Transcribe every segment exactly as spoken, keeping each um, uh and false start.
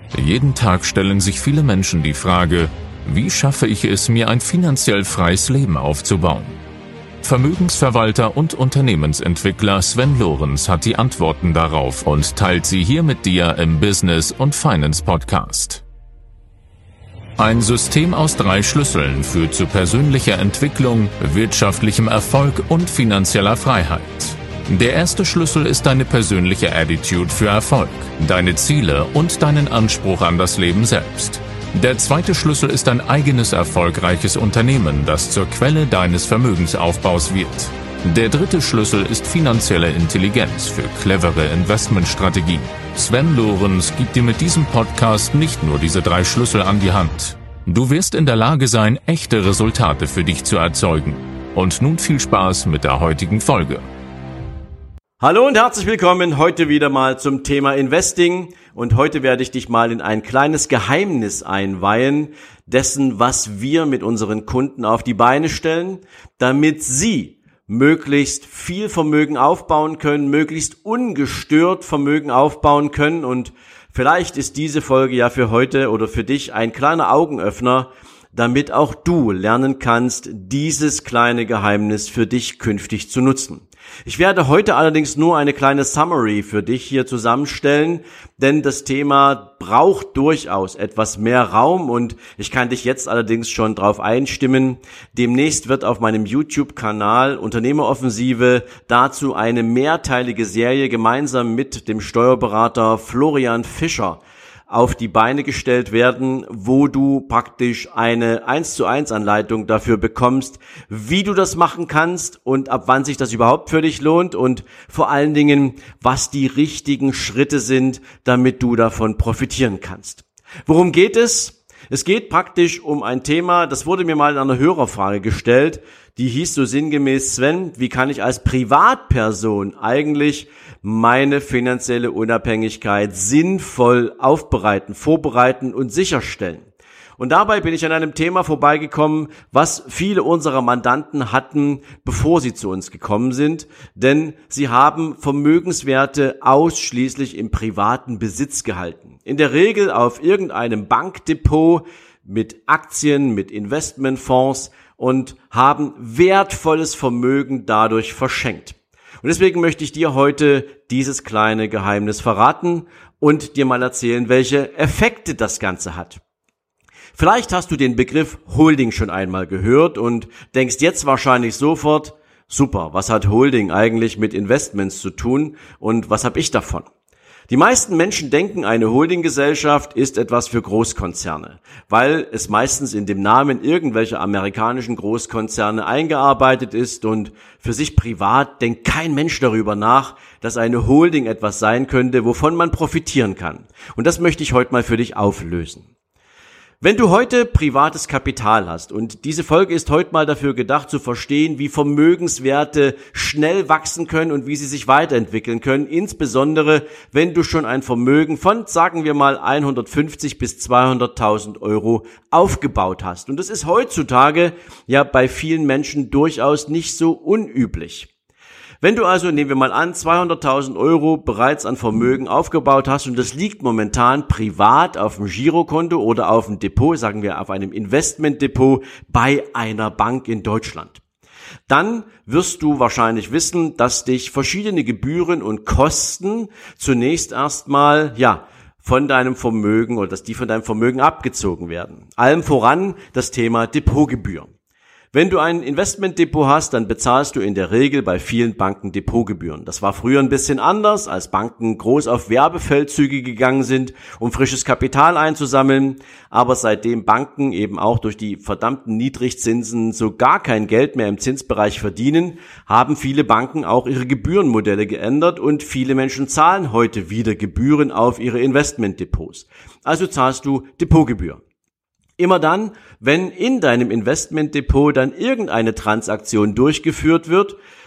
Jeden Tag stellen sich viele Menschen die Frage, wie schaffe ich es, mir ein finanziell freies Leben aufzubauen? Vermögensverwalter und Unternehmensentwickler Sven Lorenz hat die Antworten darauf und teilt sie hier mit dir im Business und Finance Podcast. Ein System aus drei Schlüsseln führt zu persönlicher Entwicklung, wirtschaftlichem Erfolg und finanzieller Freiheit. Der erste Schlüssel ist deine persönliche Attitude für Erfolg, deine Ziele und deinen Anspruch an das Leben selbst. Der zweite Schlüssel ist ein eigenes erfolgreiches Unternehmen, das zur Quelle deines Vermögensaufbaus wird. Der dritte Schlüssel ist finanzielle Intelligenz für clevere Investmentstrategien. Sven Lorenz gibt dir mit diesem Podcast nicht nur diese drei Schlüssel an die Hand. Du wirst in der Lage sein, echte Resultate für dich zu erzeugen. Und nun viel Spaß mit der heutigen Folge. Hallo und herzlich willkommen heute wieder mal zum Thema Investing, und heute werde ich dich mal in ein kleines Geheimnis einweihen dessen, was wir mit unseren Kunden auf die Beine stellen, damit sie möglichst viel Vermögen aufbauen können, möglichst ungestört Vermögen aufbauen können. Und vielleicht ist diese Folge ja für heute oder für dich ein kleiner Augenöffner, damit auch du lernen kannst, dieses kleine Geheimnis für dich künftig zu nutzen. Ich werde heute allerdings nur eine kleine Summary für dich hier zusammenstellen, denn das Thema braucht durchaus etwas mehr Raum, und ich kann dich jetzt allerdings schon darauf einstimmen. Demnächst wird auf meinem YouTube-Kanal Unternehmeroffensive dazu eine mehrteilige Serie gemeinsam mit dem Steuerberater Florian Fischer auf die Beine gestellt werden, wo du praktisch eine eins zu eins Anleitung dafür bekommst, wie du das machen kannst und ab wann sich das überhaupt für dich lohnt und vor allen Dingen, was die richtigen Schritte sind, damit du davon profitieren kannst. Worum geht es? Es geht praktisch um ein Thema, das wurde mir mal in einer Hörerfrage gestellt, die hieß so sinngemäß: Sven, wie kann ich als Privatperson eigentlich meine finanzielle Unabhängigkeit sinnvoll aufbereiten, vorbereiten und sicherstellen? Und dabei bin ich an einem Thema vorbeigekommen, was viele unserer Mandanten hatten, bevor sie zu uns gekommen sind, denn sie haben Vermögenswerte ausschließlich im privaten Besitz gehalten. In der Regel auf irgendeinem Bankdepot mit Aktien, mit Investmentfonds, und haben wertvolles Vermögen dadurch verschenkt. Und deswegen möchte ich dir heute dieses kleine Geheimnis verraten und dir mal erzählen, welche Effekte das Ganze hat. Vielleicht hast du den Begriff Holding schon einmal gehört und denkst jetzt wahrscheinlich sofort: Super, was hat Holding eigentlich mit Investments zu tun und was habe ich davon? Die meisten Menschen denken, eine Holdinggesellschaft ist etwas für Großkonzerne, weil es meistens in dem Namen irgendwelcher amerikanischen Großkonzerne eingearbeitet ist, und für sich privat denkt kein Mensch darüber nach, dass eine Holding etwas sein könnte, wovon man profitieren kann. Und das möchte ich heute mal für dich auflösen. Wenn du heute privates Kapital hast, und diese Folge ist heute mal dafür gedacht, zu verstehen, wie Vermögenswerte schnell wachsen können und wie sie sich weiterentwickeln können, insbesondere wenn du schon ein Vermögen von, sagen wir mal, hundertfünfzig bis zweihunderttausend Euro aufgebaut hast. Und das ist heutzutage ja bei vielen Menschen durchaus nicht so unüblich. Wenn du also, nehmen wir mal an, zweihunderttausend Euro bereits an Vermögen aufgebaut hast und das liegt momentan privat auf dem Girokonto oder auf dem Depot, sagen wir auf einem Investmentdepot bei einer Bank in Deutschland, dann wirst du wahrscheinlich wissen, dass dich verschiedene Gebühren und Kosten zunächst erstmal, ja, von deinem Vermögen oder dass die von deinem Vermögen abgezogen werden. Allem voran das Thema Depotgebühr. Wenn du ein Investmentdepot hast, dann bezahlst du in der Regel bei vielen Banken Depotgebühren. Das war früher ein bisschen anders, als Banken groß auf Werbefeldzüge gegangen sind, um frisches Kapital einzusammeln. Aber seitdem Banken eben auch durch die verdammten Niedrigzinsen so gar kein Geld mehr im Zinsbereich verdienen, haben viele Banken auch ihre Gebührenmodelle geändert, und viele Menschen zahlen heute wieder Gebühren auf ihre Investmentdepots. Also zahlst du Depotgebühr. Immer dann, wenn in deinem Investmentdepot dann irgendeine Transaktion durchgeführt wird,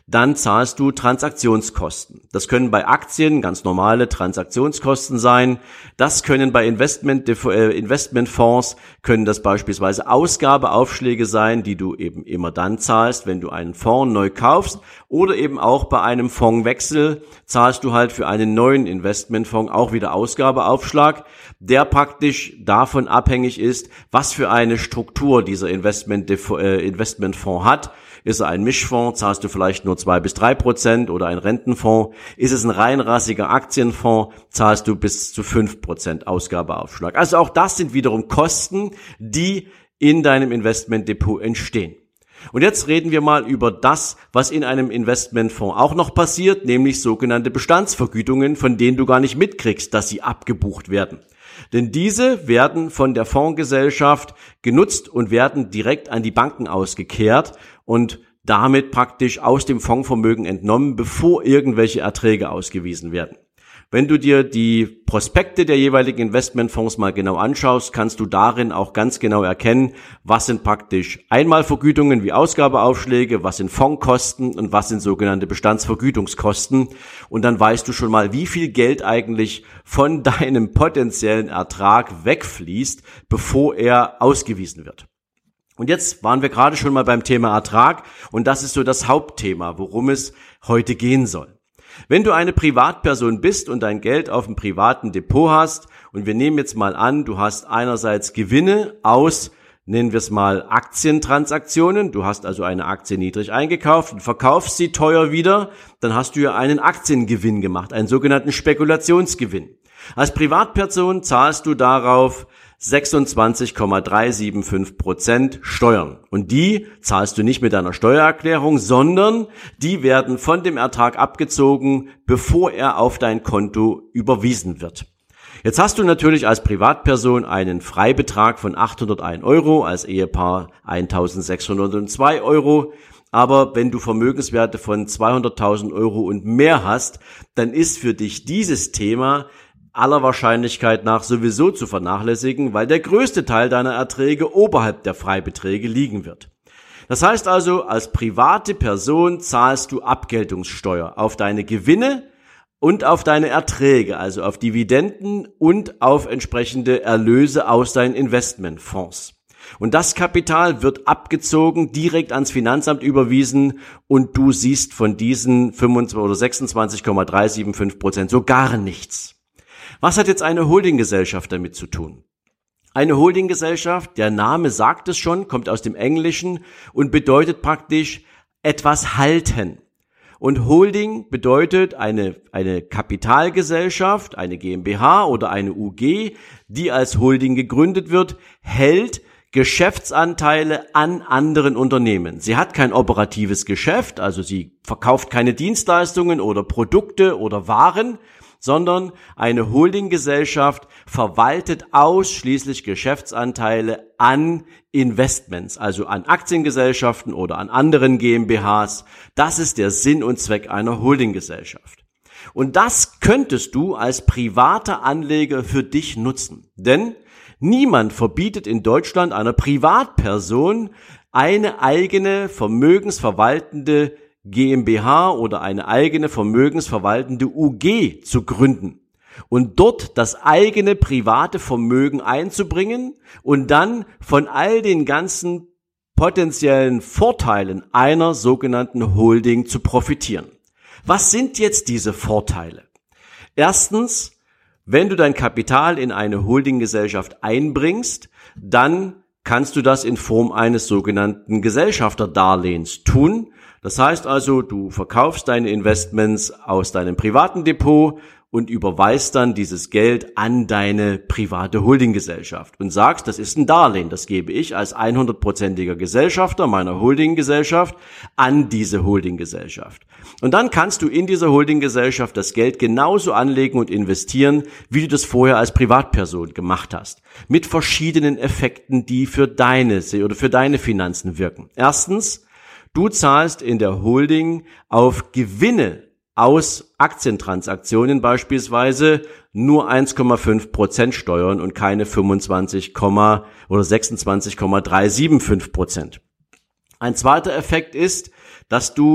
dann zahlst du Transaktionskosten. Das können bei Aktien ganz normale Transaktionskosten sein. Das können bei Investment, äh, Investmentfonds, können das beispielsweise Ausgabeaufschläge sein, die du eben immer dann zahlst, wenn du einen Fonds neu kaufst. Oder eben auch bei einem Fondswechsel zahlst du halt für einen neuen Investmentfonds auch wieder Ausgabeaufschlag, der praktisch davon abhängig ist, was für eine Struktur dieser Investment, äh, Investmentfonds hat. Ist er ein Mischfonds, zahlst du vielleicht nur zwei bis drei Prozent, oder ein Rentenfonds. Ist es ein reinrassiger Aktienfonds, zahlst du bis zu fünf Prozent Ausgabeaufschlag. Also auch das sind wiederum Kosten, die in deinem Investmentdepot entstehen. Und jetzt reden wir mal über das, was in einem Investmentfonds auch noch passiert, nämlich sogenannte Bestandsvergütungen, von denen du gar nicht mitkriegst, dass sie abgebucht werden. Denn diese werden von der Fondsgesellschaft genutzt und werden direkt an die Banken ausgekehrt und damit praktisch aus dem Fondsvermögen entnommen, bevor irgendwelche Erträge ausgewiesen werden. Wenn du dir die Prospekte der jeweiligen Investmentfonds mal genau anschaust, kannst du darin auch ganz genau erkennen, was sind praktisch Einmalvergütungen wie Ausgabeaufschläge, was sind Fondskosten und was sind sogenannte Bestandsvergütungskosten. Und dann weißt du schon mal, wie viel Geld eigentlich von deinem potenziellen Ertrag wegfließt, bevor er ausgewiesen wird. Und jetzt waren wir gerade schon mal beim Thema Ertrag, und das ist so das Hauptthema, worum es heute gehen soll. Wenn du eine Privatperson bist und dein Geld auf dem privaten Depot hast, und wir nehmen jetzt mal an, du hast einerseits Gewinne aus, nennen wir es mal Aktientransaktionen, du hast also eine Aktie niedrig eingekauft und verkaufst sie teuer wieder, dann hast du ja einen Aktiengewinn gemacht, einen sogenannten Spekulationsgewinn. Als Privatperson zahlst du darauf sechsundzwanzig Komma dreihundertfünfundsiebzig Prozent Steuern. Und die zahlst du nicht mit deiner Steuererklärung, sondern die werden von dem Ertrag abgezogen, bevor er auf dein Konto überwiesen wird. Jetzt hast du natürlich als Privatperson einen Freibetrag von achthunderteins Euro, als Ehepaar eintausendsechshundertzwei Euro. Aber wenn du Vermögenswerte von zweihunderttausend Euro und mehr hast, dann ist für dich dieses Thema aller Wahrscheinlichkeit nach sowieso zu vernachlässigen, weil der größte Teil deiner Erträge oberhalb der Freibeträge liegen wird. Das heißt also, als private Person zahlst du Abgeltungssteuer auf deine Gewinne und auf deine Erträge, also auf Dividenden und auf entsprechende Erlöse aus deinen Investmentfonds. Und das Kapital wird abgezogen, direkt ans Finanzamt überwiesen, und du siehst von diesen fünfundzwanzig oder sechsundzwanzig Komma dreihundertfünfundsiebzig Prozent so gar nichts. Was hat jetzt eine Holdinggesellschaft damit zu tun? Eine Holdinggesellschaft, der Name sagt es schon, kommt aus dem Englischen und bedeutet praktisch etwas halten. Und Holding bedeutet eine, eine Kapitalgesellschaft, eine GmbH oder eine U G, die als Holding gegründet wird, hält Geschäftsanteile an anderen Unternehmen. Sie hat kein operatives Geschäft, also sie verkauft keine Dienstleistungen oder Produkte oder Waren, sondern eine Holdinggesellschaft verwaltet ausschließlich Geschäftsanteile an Investments, also an Aktiengesellschaften oder an anderen GmbHs. Das ist der Sinn und Zweck einer Holdinggesellschaft. Und das könntest du als privater Anleger für dich nutzen. Denn niemand verbietet in Deutschland einer Privatperson, eine eigene vermögensverwaltende GmbH oder eine eigene vermögensverwaltende U G zu gründen und dort das eigene private Vermögen einzubringen und dann von all den ganzen potenziellen Vorteilen einer sogenannten Holding zu profitieren. Was sind jetzt diese Vorteile? Erstens, wenn du dein Kapital in eine Holdinggesellschaft einbringst, dann kannst du das in Form eines sogenannten Gesellschafterdarlehens tun. Das heißt also, du verkaufst deine Investments aus deinem privaten Depot und überweist dann dieses Geld an deine private Holdinggesellschaft und sagst, das ist ein Darlehen, das gebe ich als hundertprozentiger Gesellschafter meiner Holdinggesellschaft an diese Holdinggesellschaft. Und dann kannst du in dieser Holdinggesellschaft das Geld genauso anlegen und investieren, wie du das vorher als Privatperson gemacht hast, mit verschiedenen Effekten, die für deine oder für deine Finanzen wirken. Erstens, du zahlst in der Holding auf Gewinne aus Aktientransaktionen beispielsweise nur eins Komma fünf Prozent Steuern und keine fünfundzwanzig oder sechsundzwanzig Komma dreihundertfünfundsiebzig Prozent. Ein zweiter Effekt ist, dass du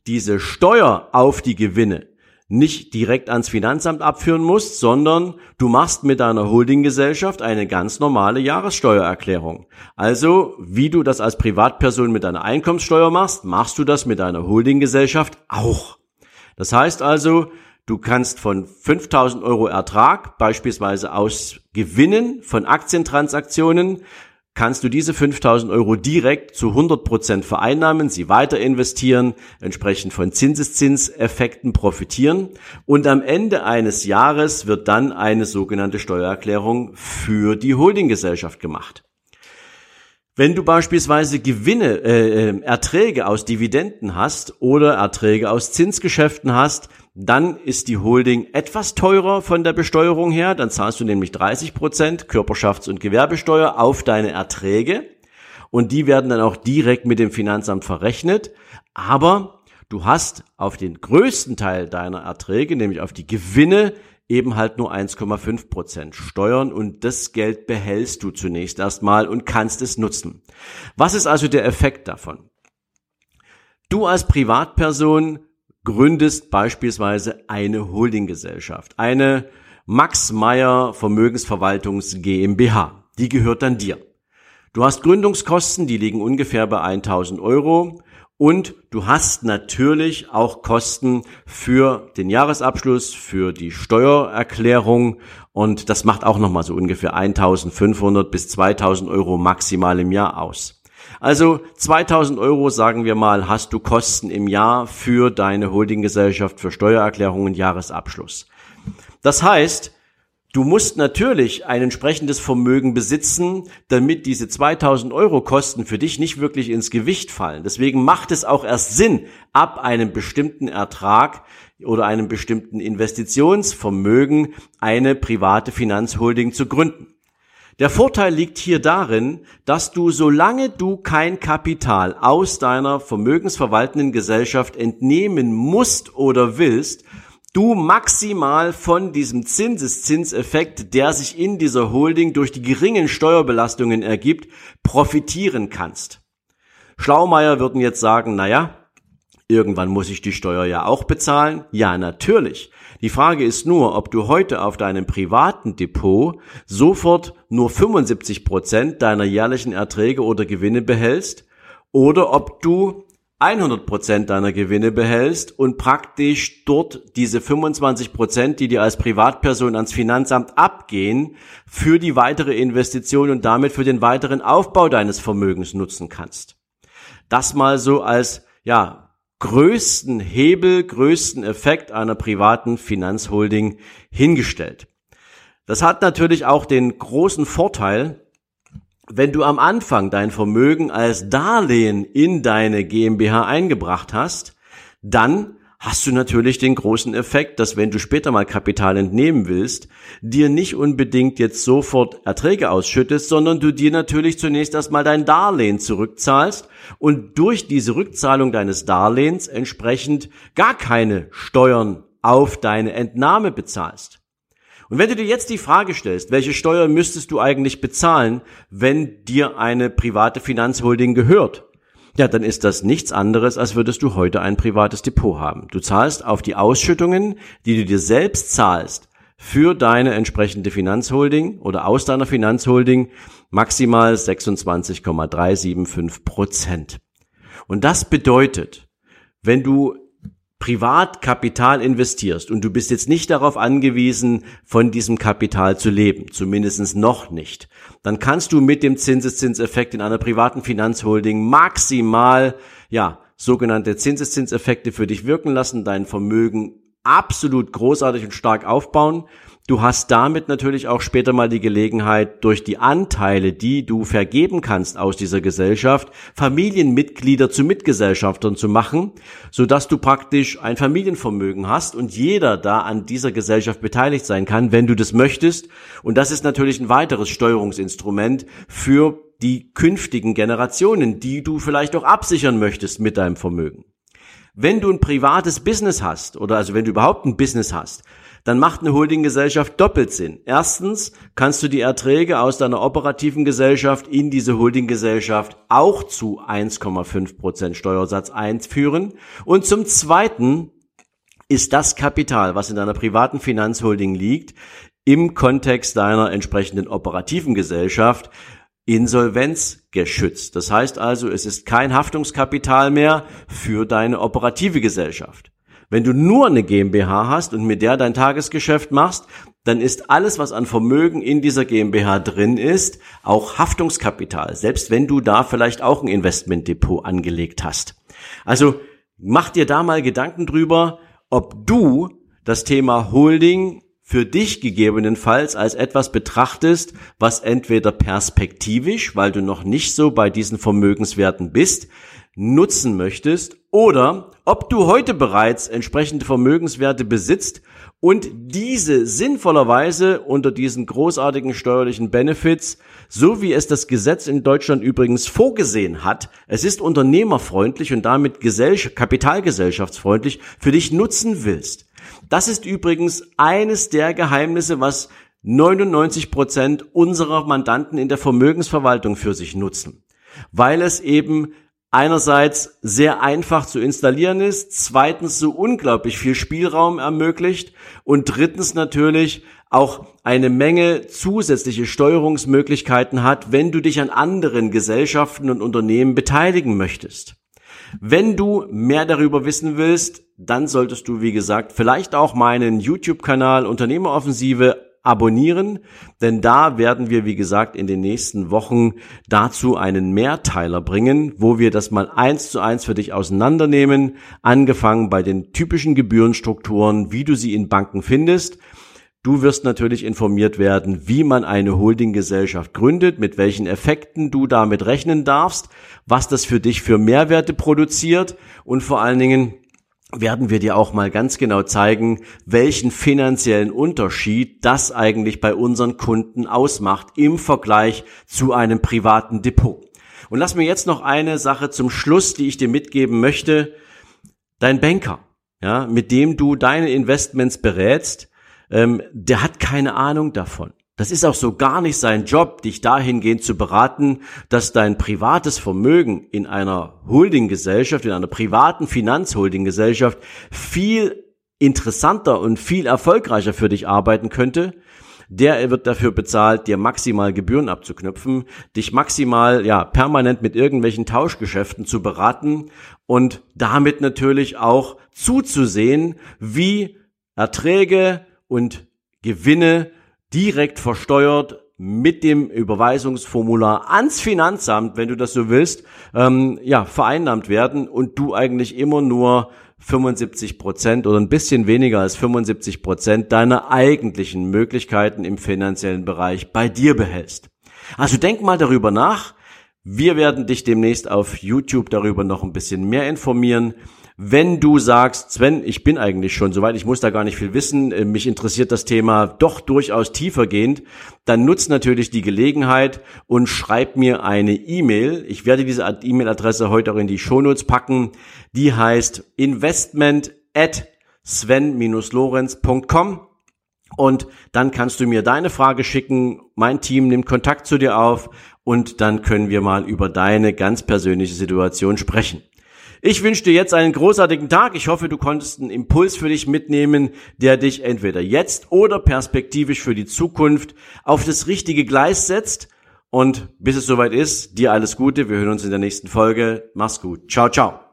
diese Steuer auf die Gewinne nicht direkt ans Finanzamt abführen musst, sondern du machst mit deiner Holdinggesellschaft eine ganz normale Jahressteuererklärung. Also, wie du das als Privatperson mit deiner Einkommenssteuer machst, machst du das mit deiner Holdinggesellschaft auch. Das heißt also, du kannst von fünftausend Euro Ertrag, beispielsweise aus Gewinnen von Aktientransaktionen, kannst du diese fünftausend Euro direkt zu hundert Prozent vereinnahmen, sie weiter investieren, entsprechend von Zinseszinseffekten profitieren und am Ende eines Jahres wird dann eine sogenannte Steuererklärung für die Holdinggesellschaft gemacht. Wenn du beispielsweise Gewinne, äh, Erträge aus Dividenden hast oder Erträge aus Zinsgeschäften hast, dann ist die Holding etwas teurer von der Besteuerung her. Dann zahlst du nämlich dreißig Prozent Körperschafts- und Gewerbesteuer auf deine Erträge und die werden dann auch direkt mit dem Finanzamt verrechnet. Aber du hast auf den größten Teil deiner Erträge, nämlich auf die Gewinne, eben halt nur eins Komma fünf Prozent Steuern und das Geld behältst du zunächst erstmal und kannst es nutzen. Was ist also der Effekt davon? Du als Privatperson gründest beispielsweise eine Holdinggesellschaft, eine Max Meyer Vermögensverwaltungs GmbH. Die gehört dann dir. Du hast Gründungskosten, die liegen ungefähr bei tausend Euro und du hast natürlich auch Kosten für den Jahresabschluss, für die Steuererklärung und das macht auch nochmal so ungefähr eintausendfünfhundert bis zweitausend Euro maximal im Jahr aus. Also zweitausend Euro, sagen wir mal, hast du Kosten im Jahr für deine Holdinggesellschaft, für Steuererklärung und Jahresabschluss. Das heißt, du musst natürlich ein entsprechendes Vermögen besitzen, damit diese zweitausend Euro Kosten für dich nicht wirklich ins Gewicht fallen. Deswegen macht es auch erst Sinn, ab einem bestimmten Ertrag oder einem bestimmten Investitionsvermögen eine private Finanzholding zu gründen. Der Vorteil liegt hier darin, dass du, solange du kein Kapital aus deiner vermögensverwaltenden Gesellschaft entnehmen musst oder willst, du maximal von diesem Zinseszinseffekt, der sich in dieser Holding durch die geringen Steuerbelastungen ergibt, profitieren kannst. Schlaumeier würden jetzt sagen, naja, irgendwann muss ich die Steuer ja auch bezahlen. Ja, natürlich. Die Frage ist nur, ob du heute auf deinem privaten Depot sofort nur fünfundsiebzig Prozent deiner jährlichen Erträge oder Gewinne behältst oder ob du hundert Prozent deiner Gewinne behältst und praktisch dort diese fünfundzwanzig Prozent, die dir als Privatperson ans Finanzamt abgehen, für die weitere Investition und damit für den weiteren Aufbau deines Vermögens nutzen kannst. Das mal so als, ja, größten Hebel, größten Effekt einer privaten Finanzholding hingestellt. Das hat natürlich auch den großen Vorteil, wenn du am Anfang dein Vermögen als Darlehen in deine GmbH eingebracht hast, dann hast du natürlich den großen Effekt, dass wenn du später mal Kapital entnehmen willst, dir nicht unbedingt jetzt sofort Erträge ausschüttest, sondern du dir natürlich zunächst erstmal dein Darlehen zurückzahlst und durch diese Rückzahlung deines Darlehens entsprechend gar keine Steuern auf deine Entnahme bezahlst. Und wenn du dir jetzt die Frage stellst, welche Steuer müsstest du eigentlich bezahlen, wenn dir eine private Finanzholding gehört? Ja, dann ist das nichts anderes, als würdest du heute ein privates Depot haben. Du zahlst auf die Ausschüttungen, die du dir selbst zahlst, für deine entsprechende Finanzholding oder aus deiner Finanzholding maximal sechsundzwanzig Komma dreihundertfünfundsiebzig Prozent. Und das bedeutet, wenn du Privatkapital investierst und du bist jetzt nicht darauf angewiesen, von diesem Kapital zu leben, zumindest noch nicht, dann kannst du mit dem Zinseszinseffekt in einer privaten Finanzholding maximal, ja, sogenannte Zinseszinseffekte für dich wirken lassen, dein Vermögen absolut großartig und stark aufbauen. Du hast damit natürlich auch später mal die Gelegenheit, durch die Anteile, die du vergeben kannst aus dieser Gesellschaft, Familienmitglieder zu Mitgesellschaftern zu machen, sodass du praktisch ein Familienvermögen hast und jeder da an dieser Gesellschaft beteiligt sein kann, wenn du das möchtest. Und das ist natürlich ein weiteres Steuerungsinstrument für die künftigen Generationen, die du vielleicht auch absichern möchtest mit deinem Vermögen. Wenn du ein privates Business hast, oder also wenn du überhaupt ein Business hast, dann macht eine Holdinggesellschaft doppelt Sinn. Erstens kannst du die Erträge aus deiner operativen Gesellschaft in diese Holdinggesellschaft auch zu eins Komma fünf Prozent Steuersatz einführen. Und zum Zweiten ist das Kapital, was in deiner privaten Finanzholding liegt, im Kontext deiner entsprechenden operativen Gesellschaft insolvenzgeschützt. Das heißt also, es ist kein Haftungskapital mehr für deine operative Gesellschaft. Wenn du nur eine GmbH hast und mit der dein Tagesgeschäft machst, dann ist alles, was an Vermögen in dieser GmbH drin ist, auch Haftungskapital, selbst wenn du da vielleicht auch ein Investmentdepot angelegt hast. Also mach dir da mal Gedanken drüber, ob du das Thema Holding für dich gegebenenfalls als etwas betrachtest, was entweder perspektivisch, weil du noch nicht so bei diesen Vermögenswerten bist, nutzen möchtest, oder ob du heute bereits entsprechende Vermögenswerte besitzt und diese sinnvollerweise unter diesen großartigen steuerlichen Benefits, so wie es das Gesetz in Deutschland übrigens vorgesehen hat, es ist unternehmerfreundlich und damit gesell- kapitalgesellschaftsfreundlich, für dich nutzen willst. Das ist übrigens eines der Geheimnisse, was neunundneunzig Prozent unserer Mandanten in der Vermögensverwaltung für sich nutzen, weil es eben einerseits sehr einfach zu installieren ist, zweitens so unglaublich viel Spielraum ermöglicht und drittens natürlich auch eine Menge zusätzliche Steuerungsmöglichkeiten hat, wenn du dich an anderen Gesellschaften und Unternehmen beteiligen möchtest. Wenn du mehr darüber wissen willst, dann solltest du, wie gesagt, vielleicht auch meinen YouTube-Kanal Unternehmeroffensive abonnieren, denn da werden wir, wie gesagt, in den nächsten Wochen dazu einen Mehrteiler bringen, wo wir das mal eins zu eins für dich auseinandernehmen, angefangen bei den typischen Gebührenstrukturen, wie du sie in Banken findest. Du wirst natürlich informiert werden, wie man eine Holdinggesellschaft gründet, mit welchen Effekten du damit rechnen darfst, was das für dich für Mehrwerte produziert und vor allen Dingen werden wir dir auch mal ganz genau zeigen, welchen finanziellen Unterschied das eigentlich bei unseren Kunden ausmacht im Vergleich zu einem privaten Depot. Und lass mir jetzt noch eine Sache zum Schluss, die ich dir mitgeben möchte. Dein Banker, ja, mit dem du deine Investments berätst, ähm, der hat keine Ahnung davon. Das ist auch so gar nicht sein Job, dich dahingehend zu beraten, dass dein privates Vermögen in einer Holdinggesellschaft, in einer privaten Finanzholdinggesellschaft viel interessanter und viel erfolgreicher für dich arbeiten könnte. Der wird dafür bezahlt, dir maximal Gebühren abzuknüpfen, dich maximal, ja, permanent mit irgendwelchen Tauschgeschäften zu beraten und damit natürlich auch zuzusehen, wie Erträge und Gewinne direkt versteuert mit dem Überweisungsformular ans Finanzamt, wenn du das so willst, ähm, ja, vereinnahmt werden und du eigentlich immer nur fünfundsiebzig Prozent oder ein bisschen weniger als fünfundsiebzig Prozent deiner eigentlichen Möglichkeiten im finanziellen Bereich bei dir behältst. Also denk mal darüber nach. Wir werden dich demnächst auf YouTube darüber noch ein bisschen mehr informieren. Wenn du sagst, Sven, ich bin eigentlich schon soweit, ich muss da gar nicht viel wissen, mich interessiert das Thema doch durchaus tiefergehend, dann nutz natürlich die Gelegenheit und schreib mir eine E-Mail. Ich werde diese E-Mail-Adresse heute auch in die Shownotes packen. Die heißt investment at sven dash lorenz punkt com und dann kannst du mir deine Frage schicken. Mein Team nimmt Kontakt zu dir auf und dann können wir mal über deine ganz persönliche Situation sprechen. Ich wünsche dir jetzt einen großartigen Tag. Ich hoffe, du konntest einen Impuls für dich mitnehmen, der dich entweder jetzt oder perspektivisch für die Zukunft auf das richtige Gleis setzt. Und bis es soweit ist, dir alles Gute. Wir hören uns in der nächsten Folge. Mach's gut. Ciao, ciao.